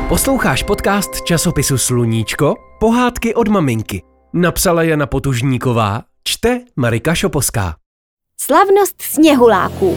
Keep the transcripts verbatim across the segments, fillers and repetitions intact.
Posloucháš podcast časopisu Sluníčko? Pohádky od maminky. Napsala Jana Potužníková, čte Marika Šoposká. Slavnost sněhuláků.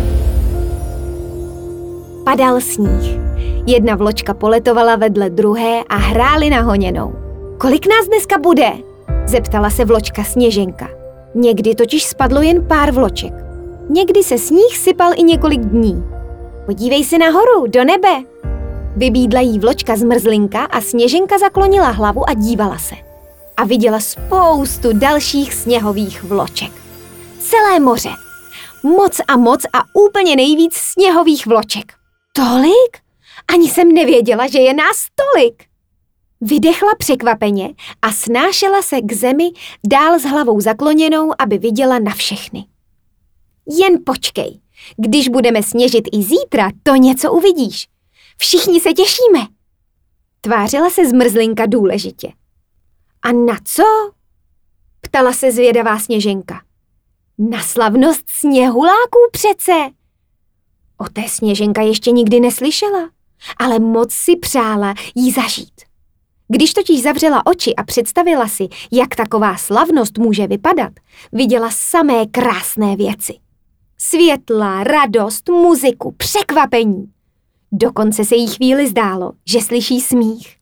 Padal sníh. Jedna vločka poletovala vedle druhé a hráli na honěnou. Kolik nás dneska bude? Zeptala se vločka Sněženka. Někdy totiž spadlo jen pár vloček. Někdy se sníh sypal i několik dní. Podívej se nahoru, do nebe. Vybídla jí vločka Zmrzlinka a Sněženka zaklonila hlavu a dívala se. A viděla spoustu dalších sněhových vloček. Celé moře. Moc a moc a úplně nejvíc sněhových vloček. Tolik? Ani jsem nevěděla, že je nás tolik. Vydechla překvapeně a snášela se k zemi dál s hlavou zakloněnou, aby viděla na všechny. Jen počkej, když budeme sněžit i zítra, to něco uvidíš. Všichni se těšíme. Tvářila se Zmrzlinka důležitě. A na co? Ptala se zvědavá Sněženka. Na slavnost sněhuláků přece. O té Sněženka ještě nikdy neslyšela, ale moc si přála jí zažít. Když totiž zavřela oči a představila si, jak taková slavnost může vypadat, viděla samé krásné věci. Světla, radost, muziku, překvapení. Dokonce se jí chvíli zdálo, že slyší smích.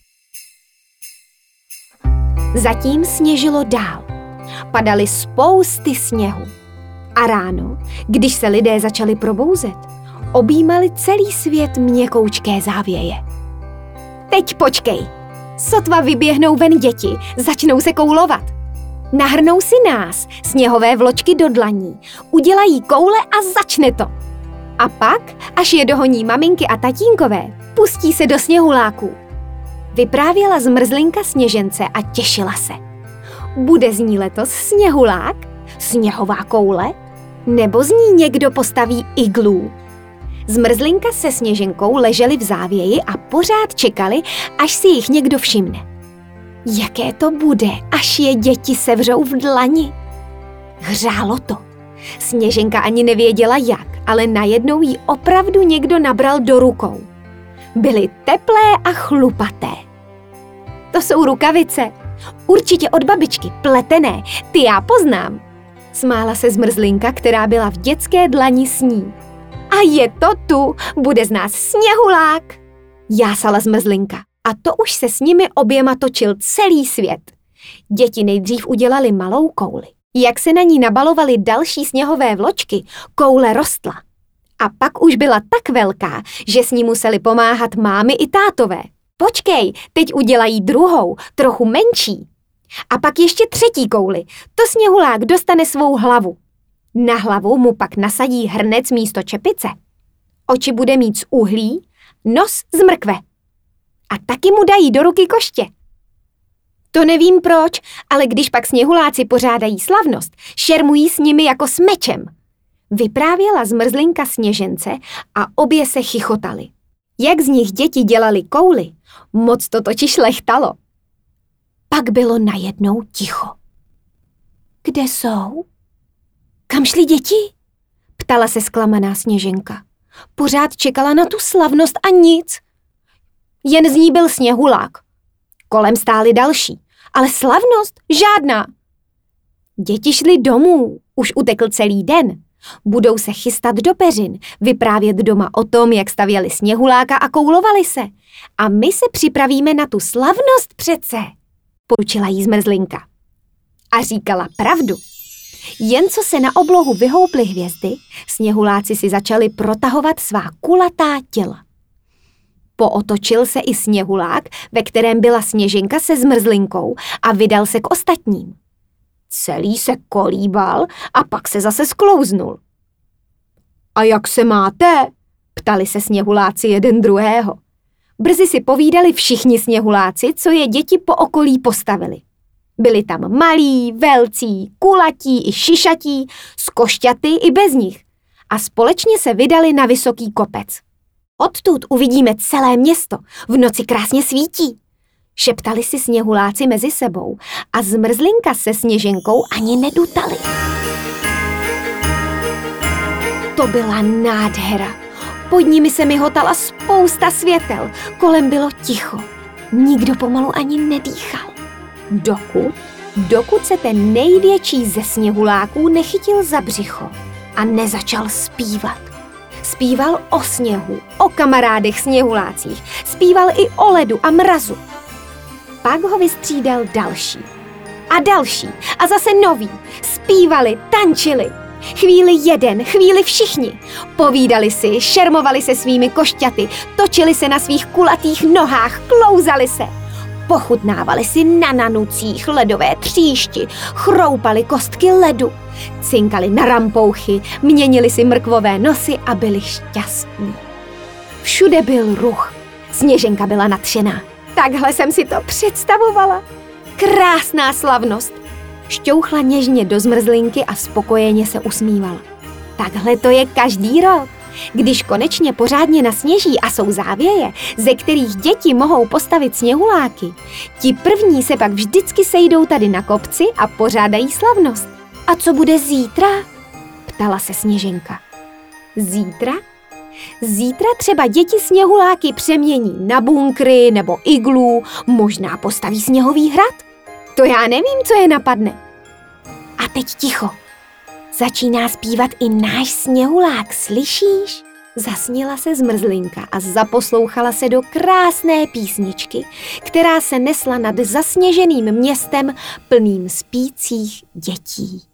Zatím sněžilo dál. Padaly spousty sněhu. A ráno, když se lidé začali probouzet, objímali celý svět měkoučké závěje. Teď počkej. Sotva vyběhnou ven děti, začnou se koulovat. Nahrnou si nás, sněhové vločky do dlaní, udělají koule a začne to. A pak, až je dohoní maminky a tatínkové, pustí se do sněhuláků. Vyprávěla Zmrzlinka Sněžence a těšila se. Bude z ní letos sněhulák, sněhová koule, nebo z ní někdo postaví iglu? Zmrzlinka se Sněženkou leželi v závěji a pořád čekali, až si jich někdo všimne. Jaké to bude, až je děti sevřou v dlani? Hřálo to. Sněženka ani nevěděla jak, ale najednou jí opravdu někdo nabral do rukou. Byly teplé a chlupaté. To jsou rukavice. Určitě od babičky, pletené, ty já poznám. Smála se Zmrzlinka, která byla v dětské dlani s ní. A je to tu, bude z nás sněhulák. Jásala Zmrzlinka. A to už se s nimi oběma točil celý svět. Děti nejdřív udělali malou kouli. Jak se na ní nabalovaly další sněhové vločky, koule rostla. A pak už byla tak velká, že s ní museli pomáhat mámy i tátové. Počkej, teď udělají druhou, trochu menší. A pak ještě třetí kouli. To sněhulák dostane svou hlavu. Na hlavu mu pak nasadí hrnec místo čepice. Oči bude mít z uhlí, nos z mrkve. A taky mu dají do ruky koště. To nevím proč, ale když pak sněhuláci pořádají slavnost, šermují s nimi jako s mečem. Vyprávěla Zmrzlinka Sněžence a obě se chichotali. Jak z nich děti dělali kouly, moc to totiž lechtalo. Pak bylo najednou ticho. Kde jsou? Kam šli děti? Ptala se zklamaná Sněženka. Pořád čekala na tu slavnost a nic. Jen z ní byl sněhulák. Kolem stály další, ale slavnost žádná. Děti šly domů, už utekl celý den. Budou se chystat do peřin, vyprávět doma o tom, jak stavěli sněhuláka a koulovali se. A my se připravíme na tu slavnost přece, poučila jí Zmrzlinka. A říkala pravdu. Jen co se na oblohu vyhouply hvězdy, sněhuláci si začali protahovat svá kulatá těla. Pootočil se i sněhulák, ve kterém byla Sněženka se Zmrzlinkou a vydal se k ostatním. Celý se kolíbal a pak se zase sklouznul. A jak se máte? Ptali se sněhuláci jeden druhého. Brzy si povídali všichni sněhuláci, co je děti po okolí postavili. Byli tam malí, velcí, kulatí i šišatí, s košťaty i bez nich. A společně se vydali na vysoký kopec. Odtud uvidíme celé město, v noci krásně svítí. Šeptali si sněhuláci mezi sebou a Zmrzlinka se Sněženkou ani nedutali. To byla nádhera. Pod nimi se mi hotala spousta světel, kolem bylo ticho. Nikdo pomalu ani nedýchal. Dokud, dokud se ten největší ze sněhuláků nechytil za břicho a nezačal zpívat. Zpíval o sněhu, o kamarádech sněhulácích, zpíval i o ledu a mrazu. Pak ho vystřídal další a další a zase noví. Zpívali, tančili. Chvíli jeden, chvíli všichni. Povídali si, šermovali se svými košťaty, točili se na svých kulatých nohách, klouzali se. Pochutnávali si na nanucích ledové tříšti, chroupali kostky ledu, cinkali na rampouchy, měnili si mrkvové nosy a byli šťastní. Všude byl ruch. Sněženka byla nadšená. Takhle jsem si to představovala. Krásná slavnost. Šťouchla něžně do zmrzlinky a spokojeně se usmívala. Takhle to je každý rok. Když konečně pořádně nasněží a jsou závěje, ze kterých děti mohou postavit sněhuláky, ti první se pak vždycky sejdou tady na kopci a pořádají slavnost. A co bude zítra? Ptala se Sněženka. Zítra? Zítra třeba děti sněhuláky přemění na bunkry nebo iglu, možná postaví sněhový hrad. To já nevím, co je napadne. A teď ticho. Začíná zpívat i náš sněhulák, slyšíš? Zasnila se zmrzlinka a zaposlouchala se do krásné písničky, která se nesla nad zasněženým městem plným spících dětí.